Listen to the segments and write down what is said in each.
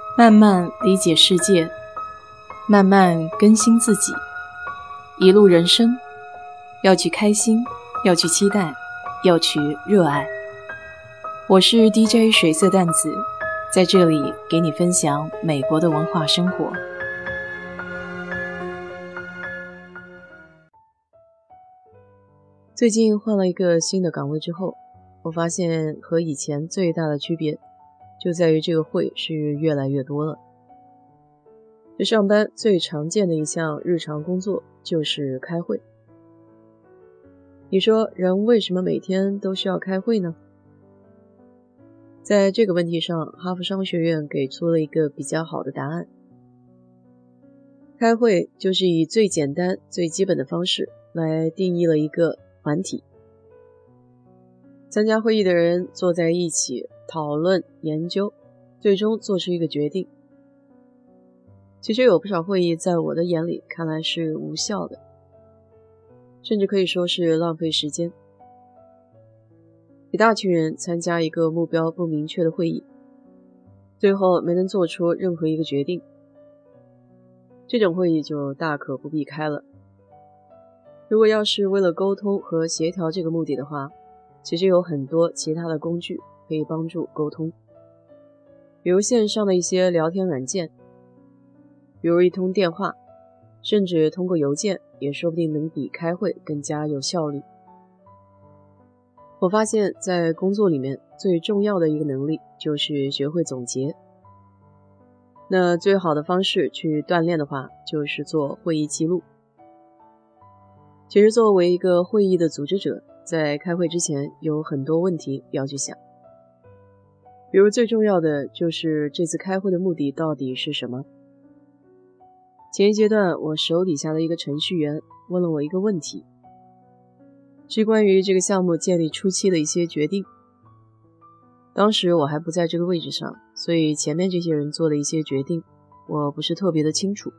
慢慢理解世界，慢慢更新自己。一路人生，要去开心，要去期待，要去热爱。我是 DJ 水色淡子，在这里给你分享美国的文化生活。最近换了一个新的岗位之后，我发现和以前最大的区别就在于这个会是越来越多了。这上班最常见的一项日常工作就是开会。你说人为什么每天都需要开会呢？在这个问题上，哈佛商学院给出了一个比较好的答案。开会就是以最简单、最基本的方式来定义了一个团体。参加会议的人坐在一起讨论、研究，最终做出一个决定。其实有不少会议在我的眼里看来是无效的，甚至可以说是浪费时间。一大群人参加一个目标不明确的会议，最后没能做出任何一个决定，这种会议就大可不必开了。如果要是为了沟通和协调这个目的的话，其实有很多其他的工具可以帮助沟通，比如线上的一些聊天软件，比如一通电话，甚至通过邮件，也说不定能比开会更加有效率。我发现在工作里面最重要的一个能力就是学会总结。那最好的方式去锻炼的话，就是做会议记录。其实作为一个会议的组织者，在开会之前有很多问题要去想。比如最重要的就是这次开会的目的到底是什么？前一阶段我手底下的一个程序员问了我一个问题，是关于这个项目建立初期的一些决定。当时我还不在这个位置上，所以前面这些人做的一些决定我不是特别的清楚。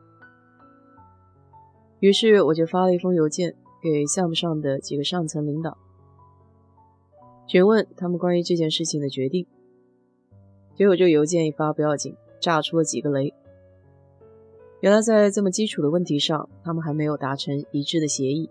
于是我就发了一封邮件给项目上的几个上层领导，询问他们关于这件事情的决定。结果这个邮件一发不要紧，炸出了几个雷。原来在这么基础的问题上，他们还没有达成一致的协议。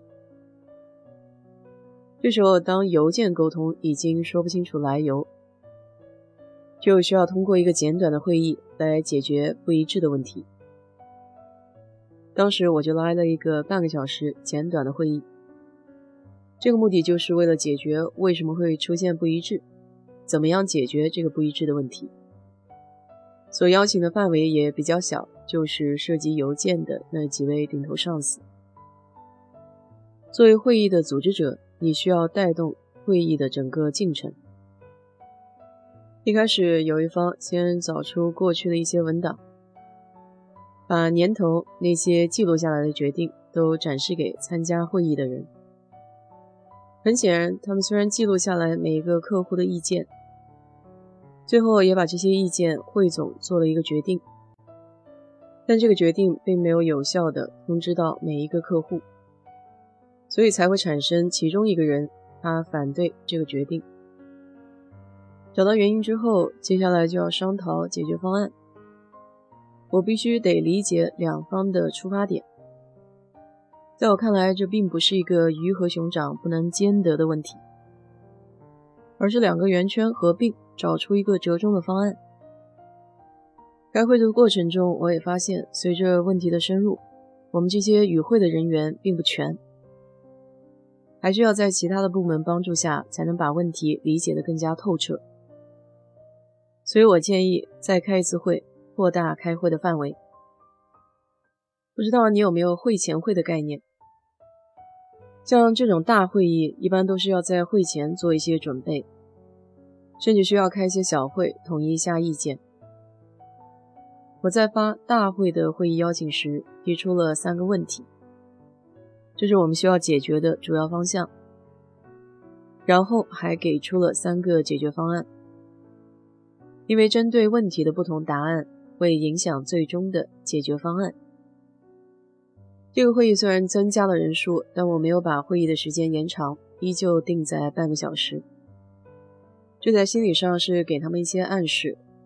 这时候当邮件沟通已经说不清楚来由，就需要通过一个简短的会议来解决不一致的问题。当时我就拉了一个半个小时简短的会议，这个目的就是为了解决为什么会出现不一致，怎么样解决这个不一致的问题。所邀请的范围也比较小，就是涉及邮件的那几位顶头上司。作为会议的组织者，你需要带动会议的整个进程。一开始有一方先找出过去的一些文档，把年头那些记录下来的决定都展示给参加会议的人。很显然，他们虽然记录下来每一个客户的意见，最后也把这些意见汇总做了一个决定，但这个决定并没有有效地通知到每一个客户，所以才会产生其中一个人他反对这个决定。找到原因之后，接下来就要商讨解决方案。我必须得理解两方的出发点。在我看来，这并不是一个鱼和熊掌不能兼得的问题，而是两个圆圈合并，找出一个折中的方案。开会的过程中，我也发现随着问题的深入，我们这些与会的人员并不全，还需要在其他的部门帮助下才能把问题理解得更加透彻。所以我建议再开一次会，扩大开会的范围。不知道你有没有会前会的概念？像这种大会议一般都是要在会前做一些准备，甚至需要开一些小会统一一下意见。我在发大会的会议邀请时提出了3个问题，这是我们需要解决的主要方向，然后还给出了3个解决方案。因为针对问题的不同答案会影响最终的解决方案。这个会议虽然增加了人数，但我没有把会议的时间延长，依旧定在半个小时。这在心理上是给他们一些暗示，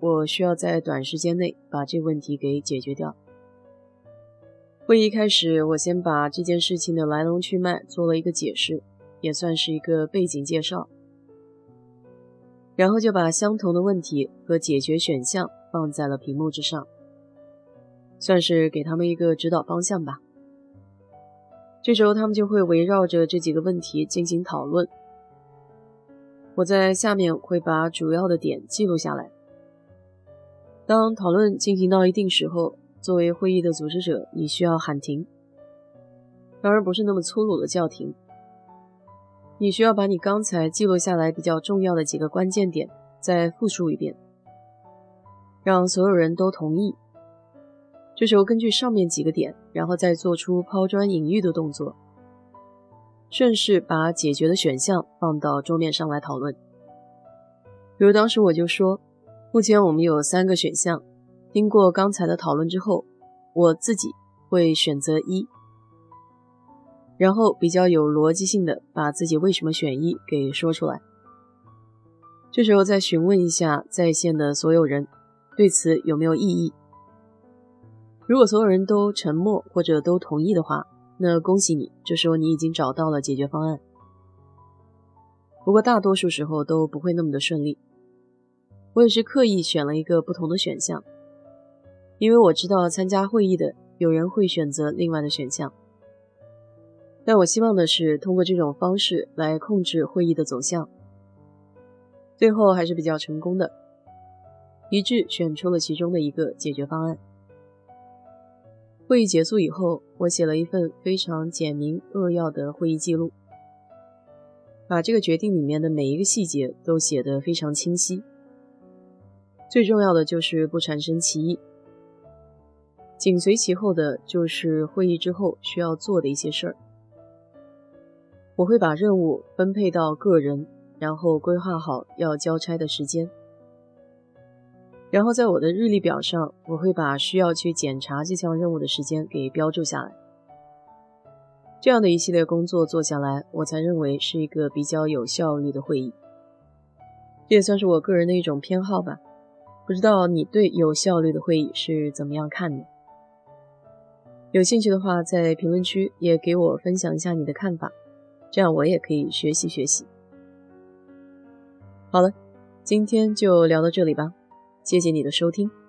我需要在短时间内把这个问题给解决掉。会议开始，我先把这件事情的来龙去脉做了一个解释，也算是一个背景介绍，然后就把相同的问题和解决选项放在了屏幕之上，算是给他们一个指导方向吧。这时候他们就会围绕着这几个问题进行讨论，我在下面会把主要的点记录下来。当讨论进行到一定时候，作为会议的组织者，你需要喊停，当然不是那么粗鲁的叫停，你需要把你刚才记录下来比较重要的几个关键点再复述一遍，让所有人都同意。这时候根据上面几个点，然后再做出抛砖引玉的动作，顺势把解决的选项放到桌面上来讨论。比如当时我就说，目前我们有3个选项，经过刚才的讨论之后，我自己会选择1，然后比较有逻辑性的把自己为什么选1给说出来。这时候再询问一下在线的所有人对此有没有异议。如果所有人都沉默或者都同意的话，那恭喜你，这时候你已经找到了解决方案。不过大多数时候都不会那么的顺利。我也是刻意选了一个不同的选项，因为我知道参加会议的有人会选择另外的选项。但我希望的是通过这种方式来控制会议的走向。最后还是比较成功的，一致选出了其中的一个解决方案。会议结束以后，我写了一份非常简明扼要的会议记录，把这个决定里面的每一个细节都写得非常清晰。最重要的就是不产生歧义，紧随其后的就是会议之后需要做的一些事儿。我会把任务分配到个人，然后规划好要交差的时间。然后在我的日历表上，我会把需要去检查这项任务的时间给标注下来。这样的一系列工作做下来，我才认为是一个比较有效率的会议。这也算是我个人的一种偏好吧，不知道你对有效率的会议是怎么样看的？有兴趣的话，在评论区也给我分享一下你的看法，这样我也可以学习学习。好了，今天就聊到这里吧。谢谢你的收听。